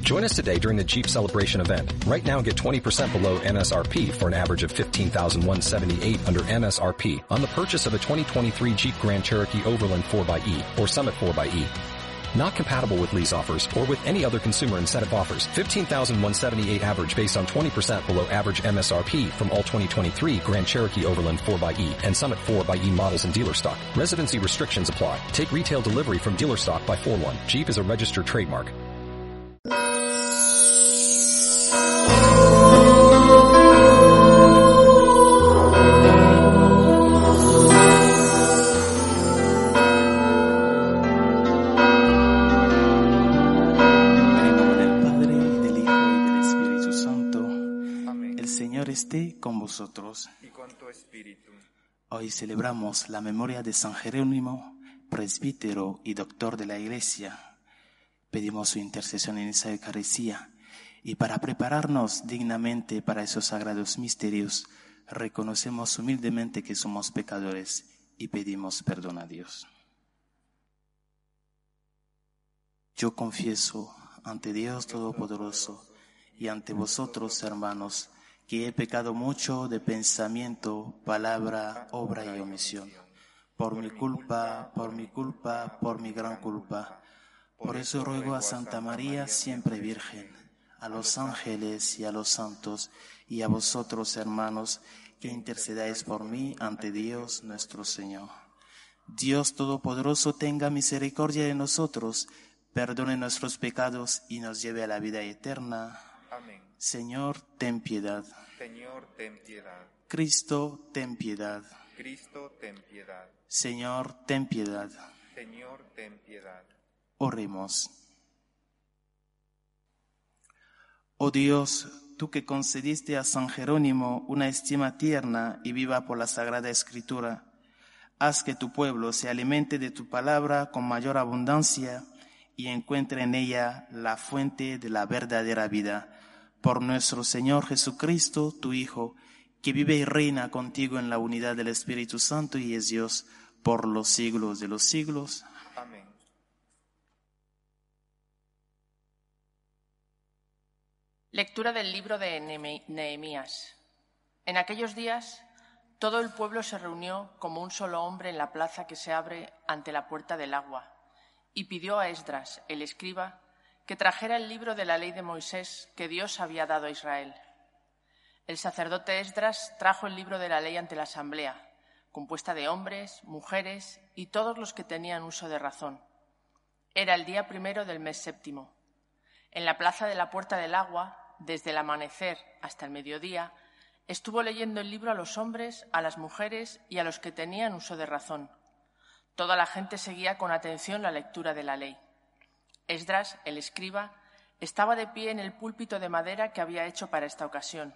Join us today during the Jeep Celebration event. Right now, get 20% below MSRP for an average of $15,178 under MSRP on the purchase of a 2023 Jeep Grand Cherokee Overland 4xE or Summit 4xE. Not compatible with lease offers or with any other consumer incentive offers. $15,178 average based on 20% below average MSRP from all 2023 Grand Cherokee Overland 4xE and Summit 4xE models in dealer stock. Residency restrictions apply. Take retail delivery from dealer stock by 4/1. Jeep is a registered trademark. Esté con vosotros. Y con tu espíritu. Hoy celebramos la memoria de San Jerónimo, presbítero y doctor de la Iglesia. Pedimos su intercesión en esa Eucaristía y para prepararnos dignamente para esos sagrados misterios, reconocemos humildemente que somos pecadores y pedimos perdón a Dios. Yo confieso ante Dios Todopoderoso y ante vosotros, hermanos, que he pecado mucho de pensamiento, palabra, obra y omisión. Por mi culpa, por mi gran culpa. Por eso ruego a Santa María, siempre Virgen, a los ángeles y a los santos, y a vosotros, hermanos, que intercedáis por mí ante Dios nuestro Señor. Dios Todopoderoso tenga misericordia de nosotros, perdone nuestros pecados y nos lleve a la vida eterna. Amén. Señor, ten piedad. Señor, ten piedad. Cristo, ten piedad. Cristo, ten piedad. Señor, ten piedad. Señor, ten piedad. Oremos. Oh Dios, tú que concediste a San Jerónimo una estima tierna y viva por la Sagrada Escritura, haz que tu pueblo se alimente de tu palabra con mayor abundancia y encuentre en ella la fuente de la verdadera vida. Por nuestro Señor Jesucristo, tu Hijo, que vive y reina contigo en la unidad del Espíritu Santo y es Dios por los siglos de los siglos. Amén. Lectura del libro de Nehemías. En aquellos días, todo el pueblo se reunió como un solo hombre en la plaza que se abre ante la puerta del agua y pidió a Esdras, el escriba, que trajera el libro de la ley de Moisés que Dios había dado a Israel. El sacerdote Esdras trajo el libro de la ley ante la asamblea, compuesta de hombres, mujeres y todos los que tenían uso de razón. Era el día 1 del mes 7. En la plaza de la Puerta del Agua, desde el amanecer hasta el mediodía, estuvo leyendo el libro a los hombres, a las mujeres y a los que tenían uso de razón. Toda la gente seguía con atención la lectura de la ley. Esdras, el escriba, estaba de pie en el púlpito de madera que había hecho para esta ocasión.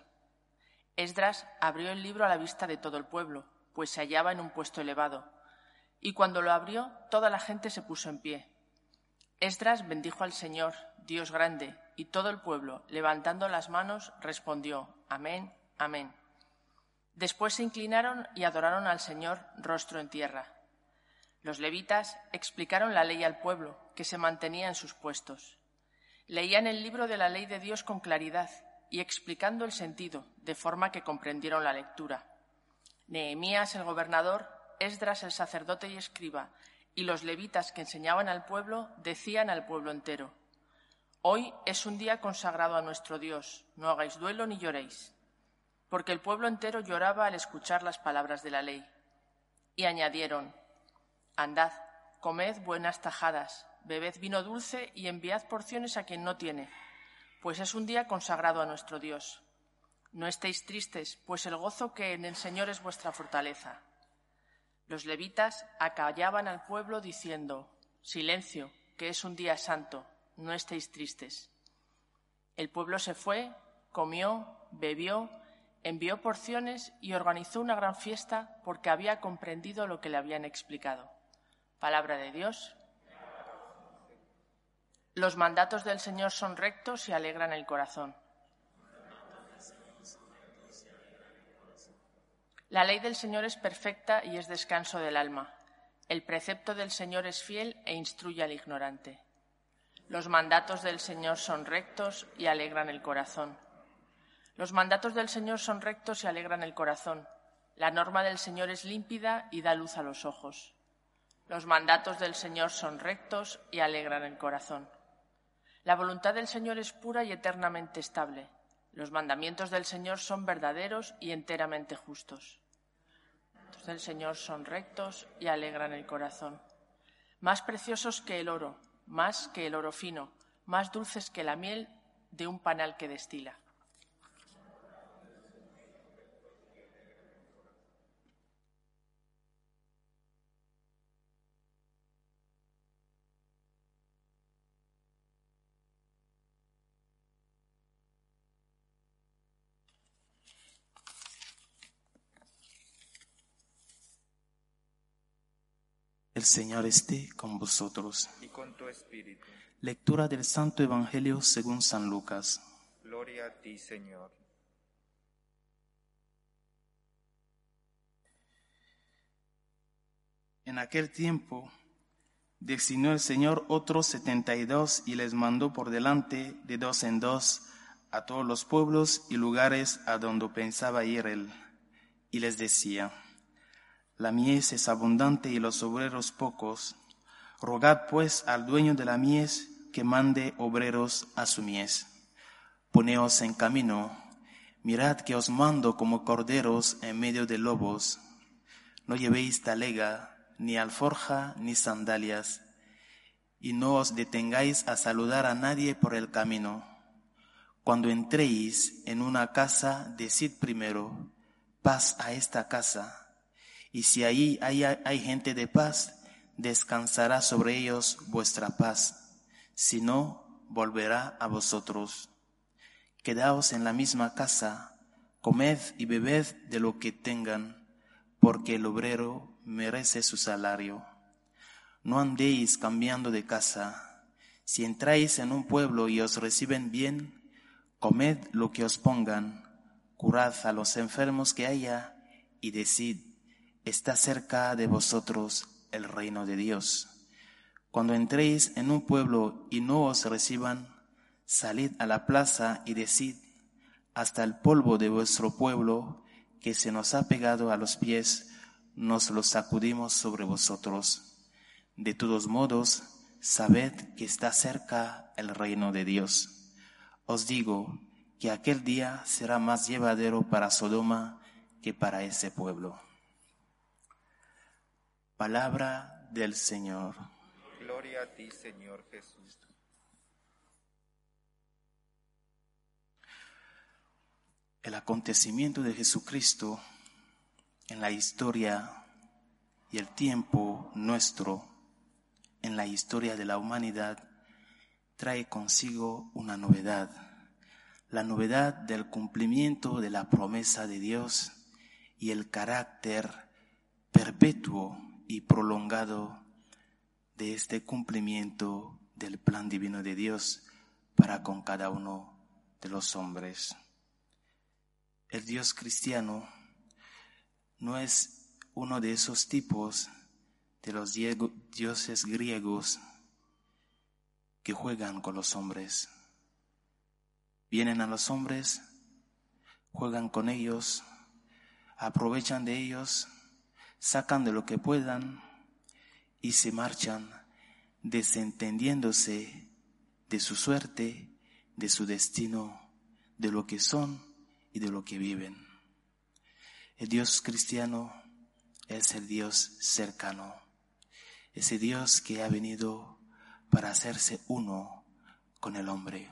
Esdras abrió el libro a la vista de todo el pueblo, pues se hallaba en un puesto elevado, y cuando lo abrió, toda la gente se puso en pie. Esdras bendijo al Señor, Dios grande, y todo el pueblo, levantando las manos, respondió: Amén, amén. Después se inclinaron y adoraron al Señor rostro en tierra. Los levitas explicaron la ley al pueblo, que se mantenía en sus puestos. Leían el libro de la ley de Dios con claridad y explicando el sentido, de forma que comprendieron la lectura. Nehemías, el gobernador, Esdras, el sacerdote y escriba, y los levitas que enseñaban al pueblo, decían al pueblo entero: Hoy es un día consagrado a nuestro Dios, no hagáis duelo ni lloréis. Porque el pueblo entero lloraba al escuchar las palabras de la ley. Y añadieron: Andad, comed buenas tajadas, bebed vino dulce y enviad porciones a quien no tiene, pues es un día consagrado a nuestro Dios. No estéis tristes, pues el gozo que en el Señor es vuestra fortaleza. Los levitas acallaban al pueblo diciendo: Silencio, que es un día santo, no estéis tristes. El pueblo se fue, comió, bebió, envió porciones y organizó una gran fiesta porque había comprendido lo que le habían explicado. Palabra de Dios. Los mandatos del Señor son rectos y alegran el corazón. La ley del Señor es perfecta y es descanso del alma. El precepto del Señor es fiel e instruye al ignorante. Los mandatos del Señor son rectos y alegran el corazón. Los mandatos del Señor son rectos y alegran el corazón. La norma del Señor es límpida y da luz a los ojos. Los mandatos del Señor son rectos y alegran el corazón. La voluntad del Señor es pura y eternamente estable. Los mandamientos del Señor son verdaderos y enteramente justos. Los mandamientos del Señor son rectos y alegran el corazón. Más preciosos que el oro, más que el oro fino, más dulces que la miel de un panal que destila. El Señor esté con vosotros. Y con tu espíritu. Lectura del Santo Evangelio según San Lucas. Gloria a ti, Señor. En aquel tiempo designó el Señor otros 72 y les mandó por delante de 2 en 2 a todos los pueblos y lugares a donde pensaba ir él. Y les decía: la mies es abundante y los obreros pocos. Rogad pues al dueño de la mies que mande obreros a su mies. Poneos en camino, mirad que os mando como corderos en medio de lobos. No llevéis talega, ni alforja, ni sandalias, y no os detengáis a saludar a nadie por el camino. Cuando entréis en una casa, decid primero: paz a esta casa. Y si allí hay gente de paz, descansará sobre ellos vuestra paz. Si no, volverá a vosotros. Quedaos en la misma casa, comed y bebed de lo que tengan, porque el obrero merece su salario. No andéis cambiando de casa. Si entráis en un pueblo y os reciben bien, comed lo que os pongan, curad a los enfermos que haya, y decid: está cerca de vosotros el reino de Dios. Cuando entréis en un pueblo y no os reciban, salid a la plaza y decid: hasta el polvo de vuestro pueblo que se nos ha pegado a los pies, nos lo sacudimos sobre vosotros. De todos modos, sabed que está cerca el reino de Dios. Os digo que aquel día será más llevadero para Sodoma que para ese pueblo. Palabra del Señor. Gloria a ti, Señor Jesús. El acontecimiento de Jesucristo en la historia y el tiempo nuestro, en la historia de la humanidad, trae consigo una novedad. La novedad del cumplimiento de la promesa de Dios y el carácter perpetuo y prolongado de este cumplimiento del plan divino de Dios para con cada uno de los hombres. El Dios cristiano no es uno de esos tipos de los dioses griegos que juegan con los hombres. Vienen a los hombres, juegan con ellos, aprovechan de ellos, sacan de lo que puedan y se marchan desentendiéndose de su suerte, de su destino, de lo que son y de lo que viven. El Dios cristiano es el Dios cercano, ese Dios que ha venido para hacerse uno con el hombre.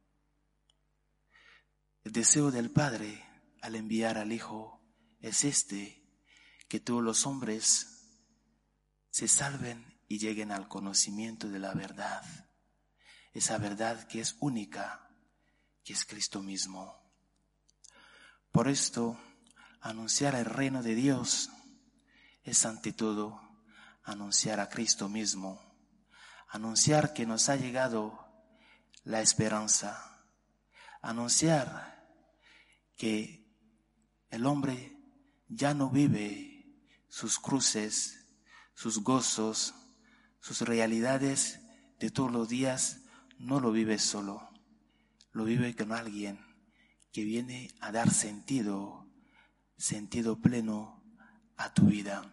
El deseo del Padre al enviar al Hijo es que todos los hombres se salven y lleguen al conocimiento de la verdad, esa verdad que es única, que es Cristo mismo. Por esto, anunciar el reino de Dios es ante todo anunciar a Cristo mismo, anunciar que nos ha llegado la esperanza, anunciar que el hombre ya no vive sus cruces, sus gozos, sus realidades de todos los días no lo vive solo, lo vive con alguien que viene a dar sentido pleno a tu vida.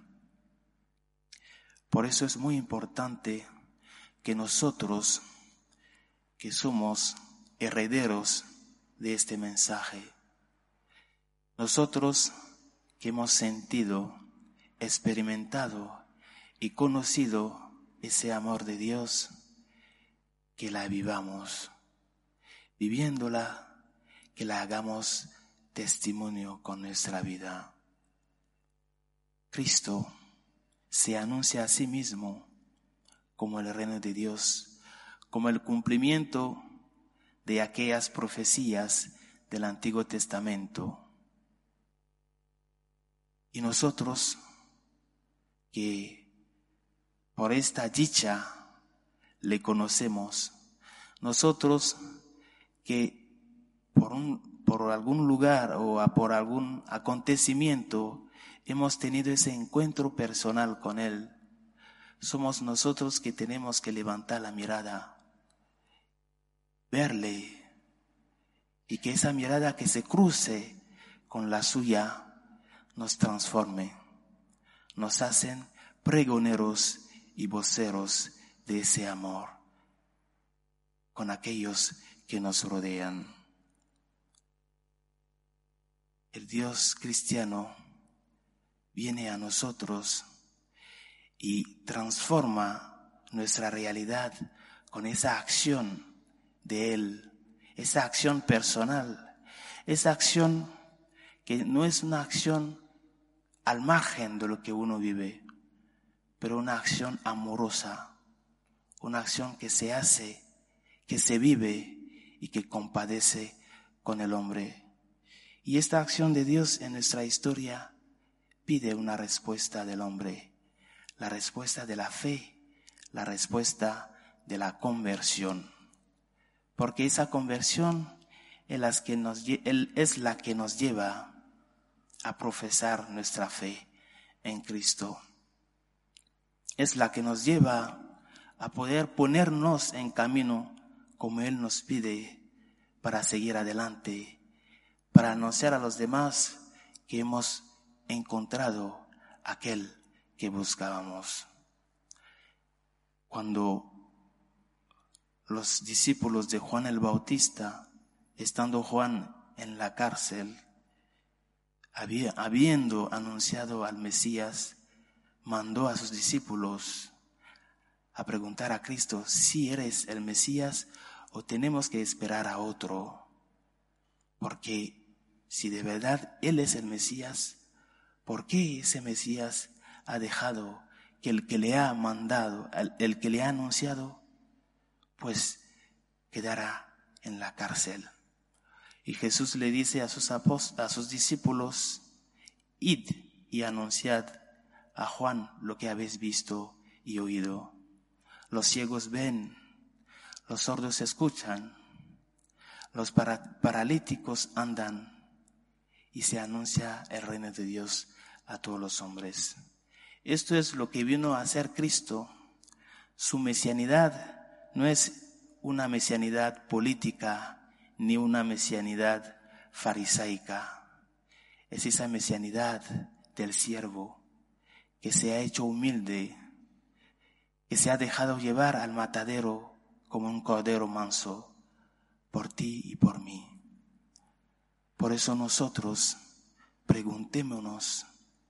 Por eso es muy importante que nosotros, que somos herederos de este mensaje, nosotros que hemos sentido, experimentado y conocido ese amor de Dios, que la vivamos, viviéndola, que la hagamos testimonio con nuestra vida. Cristo se anuncia a sí mismo como el reino de Dios, como el cumplimiento de aquellas profecías del Antiguo Testamento. Y nosotros que por esta dicha le conocemos, nosotros que por algún lugar o por algún acontecimiento hemos tenido ese encuentro personal con Él, somos nosotros que tenemos que levantar la mirada, verle, y que esa mirada que se cruce con la suya nos transforme, nos hacen pregoneros y voceros de ese amor con aquellos que nos rodean. El Dios cristiano viene a nosotros y transforma nuestra realidad con esa acción de Él, esa acción personal, esa acción que no es una acción al margen de lo que uno vive, pero una acción amorosa, una acción que se hace, que se vive y que compadece con el hombre. Y esta acción de Dios en nuestra historia pide una respuesta del hombre, la respuesta de la fe, la respuesta de la conversión. Porque esa conversión es la que nos lleva a profesar nuestra fe en Cristo. Es la que nos lleva a poder ponernos en camino como Él nos pide para seguir adelante, para anunciar a los demás que hemos encontrado aquel que buscábamos. Cuando los discípulos de Juan el Bautista, estando Juan en la cárcel, habiendo anunciado al Mesías, mandó a sus discípulos a preguntar a Cristo si eres el Mesías o tenemos que esperar a otro. Porque si de verdad Él es el Mesías, ¿por qué ese Mesías ha dejado que el que le ha mandado, el que le ha anunciado, pues quedará en la cárcel? Y Jesús le dice a sus discípulos: id y anunciad a Juan lo que habéis visto y oído. Los ciegos ven, los sordos escuchan, los paralíticos andan, y se anuncia el reino de Dios a todos los hombres. Esto es lo que vino a hacer Cristo. Su mesianidad no es una mesianidad política ni una mesianidad farisaica. Es esa mesianidad del siervo que se ha hecho humilde, que se ha dejado llevar al matadero como un cordero manso por ti y por mí. Por eso nosotros preguntémonos,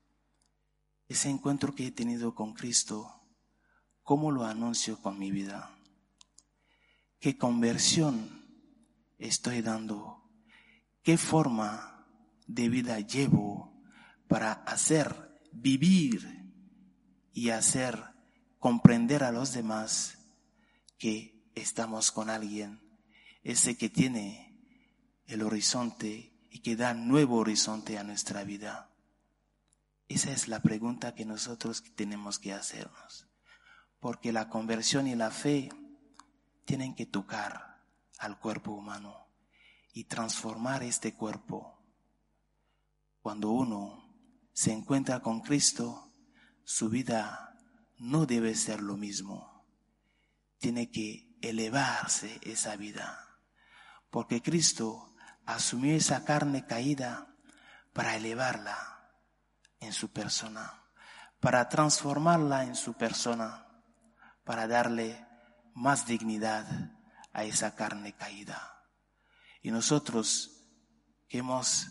ese encuentro que he tenido con Cristo, ¿cómo lo anuncio con mi vida? ¿Qué conversión estoy dando? ¿Qué forma de vida llevo para hacer vivir y hacer comprender a los demás que estamos con alguien, ese que tiene el horizonte y que da nuevo horizonte a nuestra vida? Esa es la pregunta que nosotros tenemos que hacernos, porque la conversión y la fe tienen que tocar al cuerpo humano y transformar este cuerpo. Cuando uno se encuentra con Cristo, su vida no debe ser lo mismo. Tiene que elevarse esa vida. Porque Cristo asumió esa carne caída para elevarla en su persona, para transformarla en su persona, para darle más dignidad a esa carne caída. Y nosotros que hemos,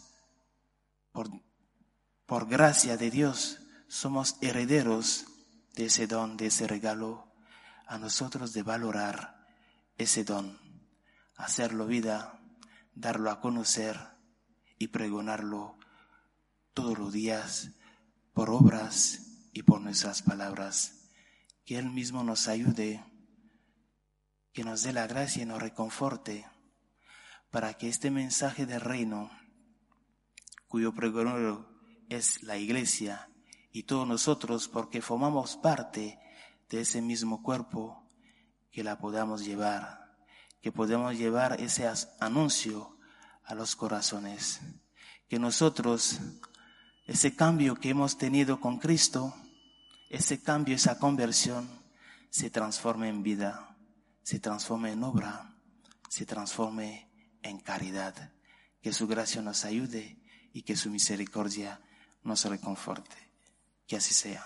por gracia de Dios, somos herederos de ese don, de ese regalo, a nosotros de valorar ese don, hacerlo vida, darlo a conocer y pregonarlo todos los días por obras y por nuestras palabras. Que Él mismo nos ayude, que nos dé la gracia y nos reconforte para que este mensaje del reino, cuyo pregonero es la Iglesia y todos nosotros, porque formamos parte de ese mismo cuerpo, que la podamos llevar, que podamos llevar ese anuncio a los corazones, que nosotros, ese cambio que hemos tenido con Cristo, ese cambio, esa conversión, se transforme en vida, se transforme en obra, se transforme en caridad. Que su gracia nos ayude y que su misericordia nos reconforte. Que así sea.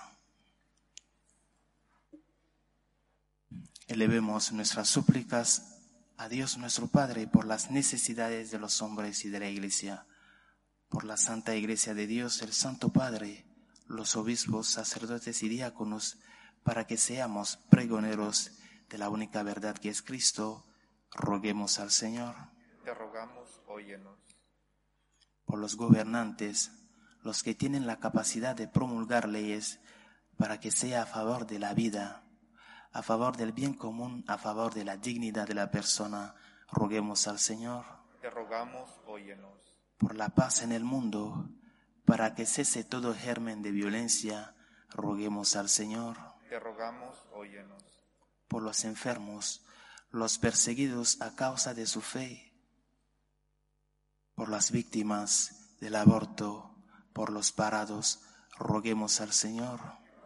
Elevemos nuestras súplicas a Dios nuestro Padre por las necesidades de los hombres y de la Iglesia, por la Santa Iglesia de Dios, el Santo Padre, los obispos, sacerdotes y diáconos, para que seamos pregoneros de la única verdad que es Cristo. Roguemos al Señor. Te rogamos, óyenos. Por los gobernantes, los que tienen la capacidad de promulgar leyes para que sea a favor de la vida, a favor del bien común, a favor de la dignidad de la persona, roguemos al Señor. Te rogamos, óyenos. Por la paz en el mundo, para que cese todo germen de violencia, roguemos al Señor. Te rogamos, óyenos. Por los enfermos, los perseguidos a causa de su fe, por las víctimas del aborto, por los parados, roguemos al Señor.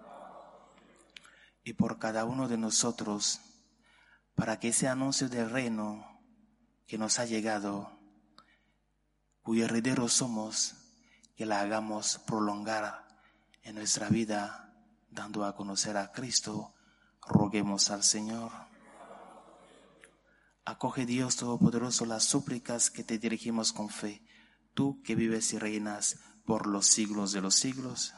Y por cada uno de nosotros, para que ese anuncio del reino que nos ha llegado, cuyo heredero somos, que la hagamos prolongar en nuestra vida, dando a conocer a Cristo, roguemos al Señor. Acoge, Dios Todopoderoso, las súplicas que te dirigimos con fe, tú que vives y reinas por los siglos de los siglos.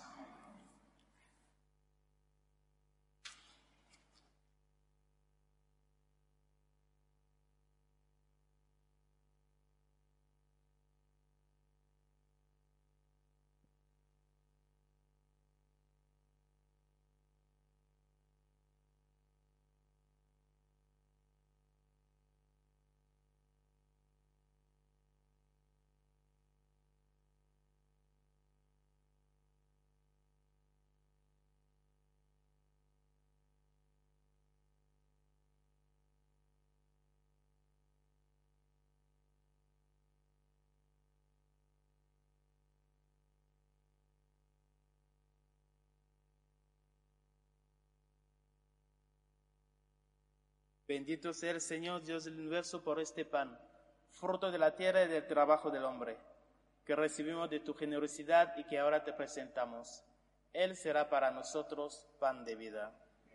Bendito sea el Señor, Dios del universo, por este pan, fruto de la tierra y del trabajo del hombre, que recibimos de tu generosidad y que ahora te presentamos. Él será para nosotros pan de vida.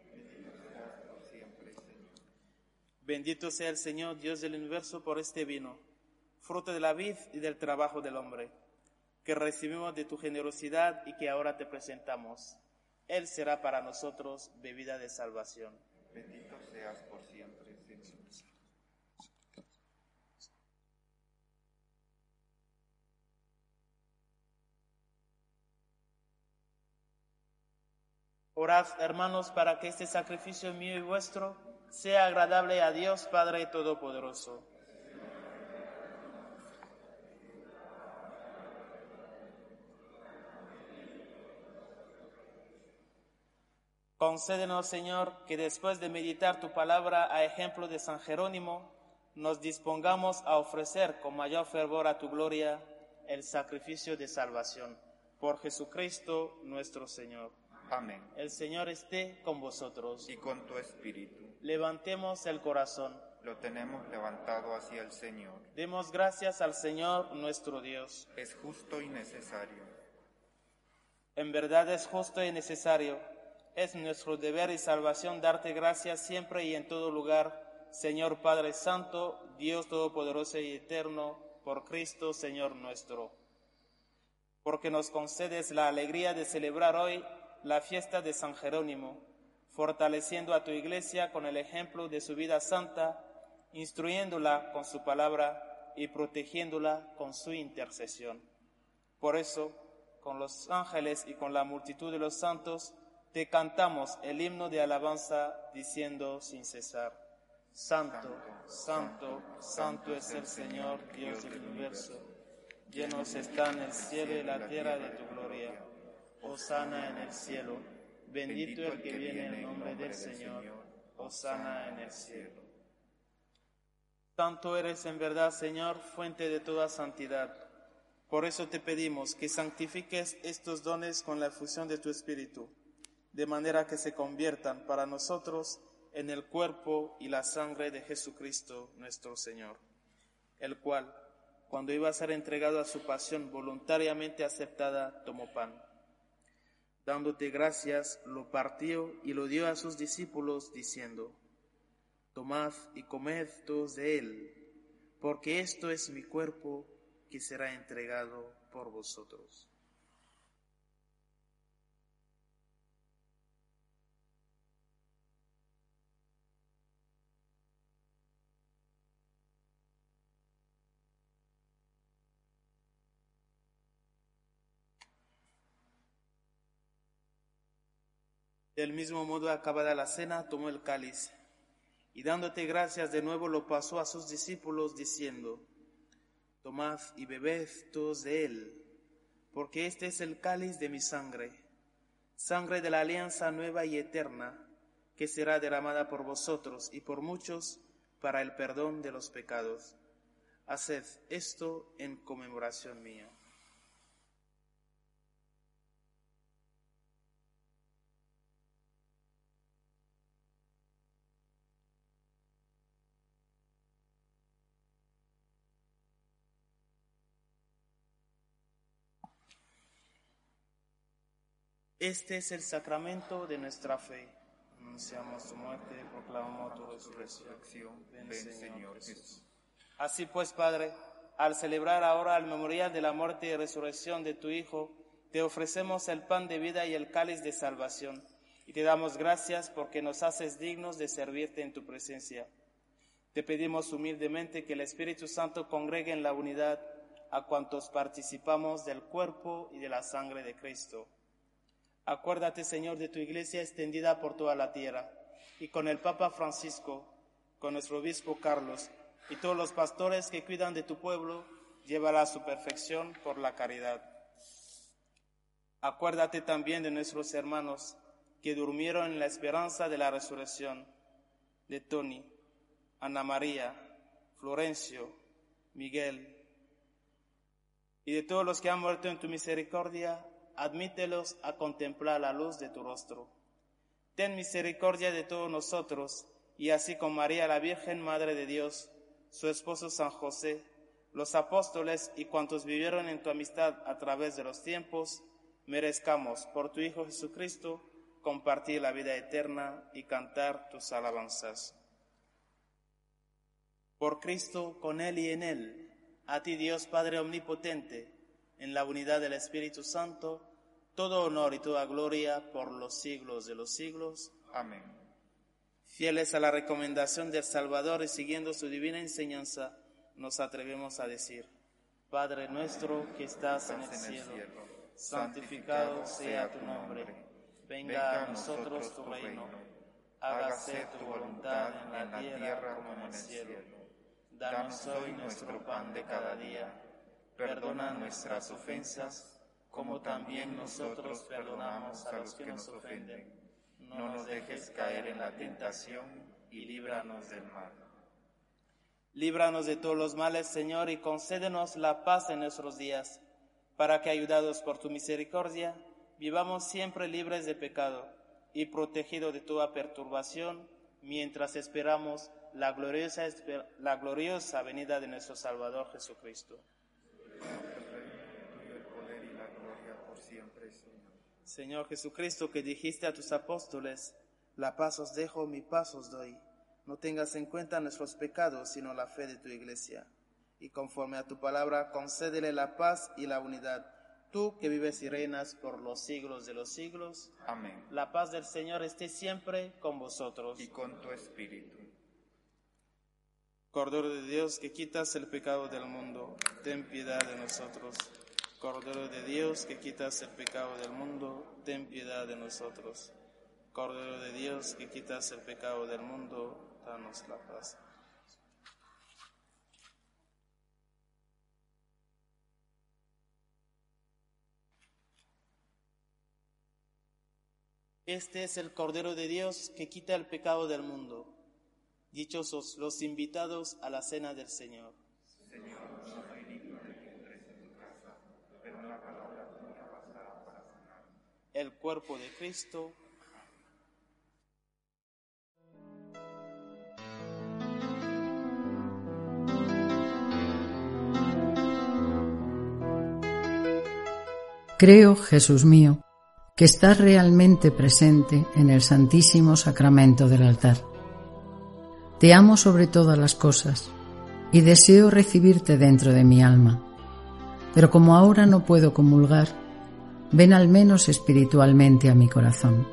Bendito sea el Señor, Dios del universo, por este vino, fruto de la vid y del trabajo del hombre, que recibimos de tu generosidad y que ahora te presentamos. Él será para nosotros bebida de salvación. Bendito seas por siempre, Señor. Orad, hermanos, para que este sacrificio mío y vuestro sea agradable a Dios Padre Todopoderoso. Concédenos, Señor, que después de meditar tu palabra a ejemplo de San Jerónimo, nos dispongamos a ofrecer con mayor fervor a tu gloria el sacrificio de salvación. Por Jesucristo nuestro Señor. Amén. El Señor esté con vosotros. Y con tu espíritu. Levantemos el corazón. Lo tenemos levantado hacia el Señor. Demos gracias al Señor nuestro Dios. Es justo y necesario. En verdad es justo y necesario. Es nuestro deber y salvación darte gracias siempre y en todo lugar, Señor Padre Santo, Dios Todopoderoso y Eterno, por Cristo, Señor nuestro. Porque nos concedes la alegría de celebrar hoy la fiesta de San Jerónimo, fortaleciendo a tu Iglesia con el ejemplo de su vida santa, instruyéndola con su palabra y protegiéndola con su intercesión. Por eso, con los ángeles y con la multitud de los santos, te cantamos el himno de alabanza diciendo sin cesar: Santo, santo, santo es el Señor, Dios del universo. Llenos están el cielo y la tierra de tu gloria. Hosana en el cielo. Bendito el que viene en el nombre del Señor. Hosana en el cielo. Santo eres en verdad, Señor, fuente de toda santidad. Por eso te pedimos que santifiques estos dones con la efusión de tu Espíritu, de manera que se conviertan para nosotros en el cuerpo y la sangre de Jesucristo nuestro Señor, el cual, cuando iba a ser entregado a su pasión voluntariamente aceptada, tomó pan. Dándote gracias, lo partió y lo dio a sus discípulos, diciendo: Tomad y comed todos de él, porque esto es mi cuerpo que será entregado por vosotros. Del mismo modo, acabada la cena, tomó el cáliz, y dándote gracias de nuevo lo pasó a sus discípulos, diciendo: Tomad y bebed todos de él, porque este es el cáliz de mi sangre, sangre de la alianza nueva y eterna, que será derramada por vosotros y por muchos para el perdón de los pecados. Haced esto en conmemoración mía. Este es el sacramento de nuestra fe. Anunciamos tu muerte, proclamamos tu resurrección. Ven, Señor Jesús. Así pues, Padre, al celebrar ahora el memorial de la muerte y resurrección de tu Hijo, te ofrecemos el pan de vida y el cáliz de salvación, y te damos gracias porque nos haces dignos de servirte en tu presencia. Te pedimos humildemente que el Espíritu Santo congregue en la unidad a cuantos participamos del cuerpo y de la sangre de Cristo. Acuérdate, Señor, de tu Iglesia extendida por toda la tierra, y con el Papa Francisco, con nuestro obispo Carlos, y todos los pastores que cuidan de tu pueblo, llévala a su perfección por la caridad. Acuérdate también de nuestros hermanos que durmieron en la esperanza de la resurrección, de Tony, Ana María, Florencio, Miguel, y de todos los que han muerto en tu misericordia. Admítelos a contemplar la luz de tu rostro. Ten misericordia de todos nosotros, y así con María la Virgen, Madre de Dios, su esposo San José, los apóstoles y cuantos vivieron en tu amistad a través de los tiempos, merezcamos, por tu Hijo Jesucristo, compartir la vida eterna y cantar tus alabanzas. Por Cristo, con Él y en Él, a ti Dios Padre Omnipotente, en la unidad del Espíritu Santo, todo honor y toda gloria por los siglos de los siglos. Amén. Fieles a la recomendación del Salvador y siguiendo su divina enseñanza, nos atrevemos a decir: Padre nuestro que estás en el cielo, santificado sea tu nombre. Venga a nosotros tu reino. Hágase tu voluntad en la tierra como en el cielo. Danos hoy nuestro pan de cada día. Perdona nuestras ofensas, como también nosotros perdonamos a los que nos ofenden. No nos dejes caer en la tentación y líbranos del mal. Líbranos de todos los males, Señor, y concédenos la paz en nuestros días, para que, ayudados por tu misericordia, vivamos siempre libres de pecado y protegidos de toda perturbación, mientras esperamos la gloriosa venida de nuestro Salvador Jesucristo. Tuyo el poder y la gloria por siempre, Señor. Señor Jesucristo, que dijiste a tus apóstoles, la paz os dejo, mi paz os doy. No tengas en cuenta nuestros pecados, sino la fe de tu Iglesia. Y conforme a tu palabra, concédele la paz y la unidad. Tú que vives y reinas por los siglos de los siglos. Amén. La paz del Señor esté siempre con vosotros. Y con tu espíritu. Cordero de Dios, que quitas el pecado del mundo, ten piedad de nosotros. Cordero de Dios, que quitas el pecado del mundo, ten piedad de nosotros. Cordero de Dios, que quitas el pecado del mundo, danos la paz. Este es el Cordero de Dios que quita el pecado del mundo. Dichosos los invitados a la cena del Señor. Señor, no soy digno de que entres en tu casa, pero una palabra tuya bastará para sanar. El cuerpo de Cristo. Creo, Jesús mío, que estás realmente presente en el Santísimo Sacramento del altar. Te amo sobre todas las cosas y deseo recibirte dentro de mi alma, pero como ahora no puedo comulgar, ven al menos espiritualmente a mi corazón.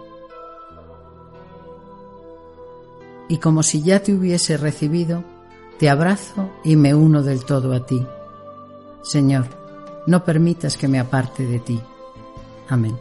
Y como si ya te hubiese recibido, te abrazo y me uno del todo a ti. Señor, no permitas que me aparte de ti. Amén.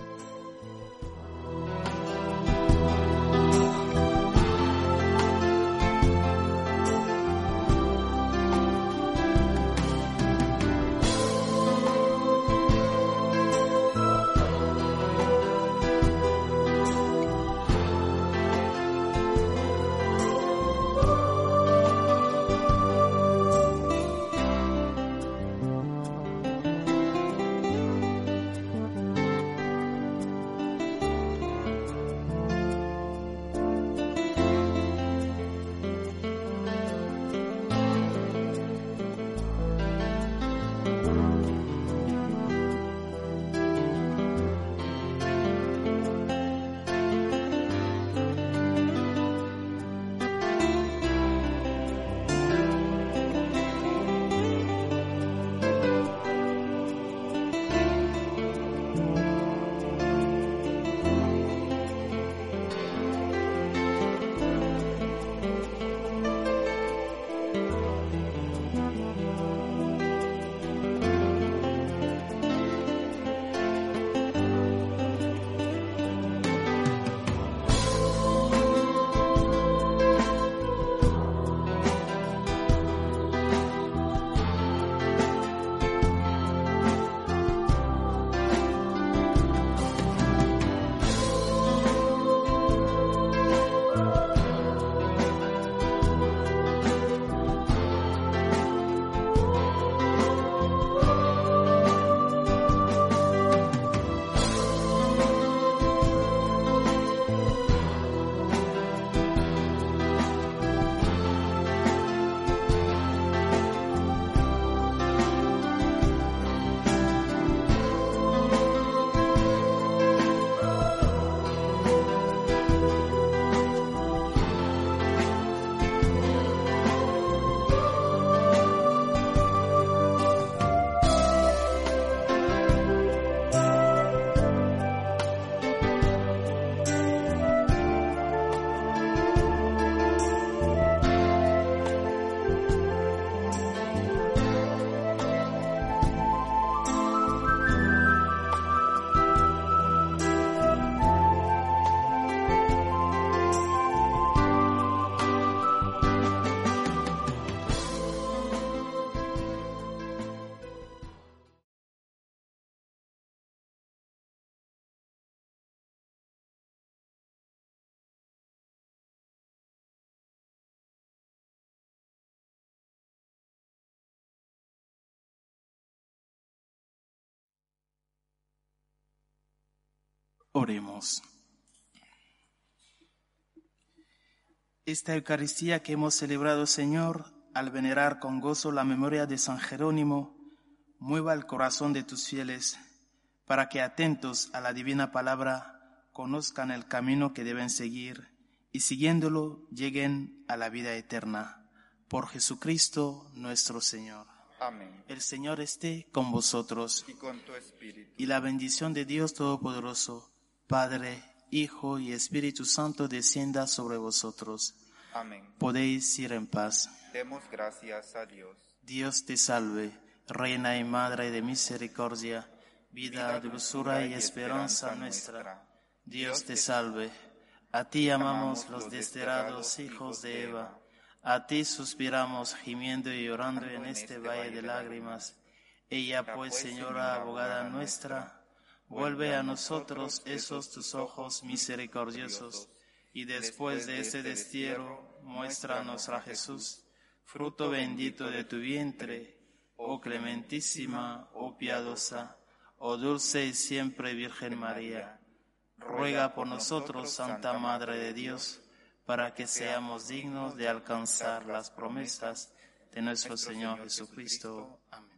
Oremos. Esta Eucaristía que hemos celebrado, Señor, al venerar con gozo la memoria de San Jerónimo, mueva el corazón de tus fieles, para que atentos a la divina palabra conozcan el camino que deben seguir y siguiéndolo lleguen a la vida eterna. Por Jesucristo nuestro Señor. Amén. El Señor esté con vosotros. Y con tu espíritu. Y la bendición de Dios Todopoderoso, Padre, Hijo y Espíritu Santo descienda sobre vosotros. Amén. Podéis ir en paz. Demos gracias a Dios. Dios te salve, Reina y Madre de misericordia, vida, dulzura y esperanza nuestra. Dios te salve. A ti amamos los desterrados hijos de Eva. A ti suspiramos gimiendo y llorando en este valle de lágrimas. Ella pues, Señora abogada nuestra, vuelve a nosotros esos tus ojos misericordiosos, y después de este destierro, muéstranos a Jesús, fruto bendito de tu vientre, oh clementísima, oh piadosa, oh dulce y siempre Virgen María. Ruega por nosotros, Santa Madre de Dios, para que seamos dignos de alcanzar las promesas de nuestro Señor Jesucristo. Amén.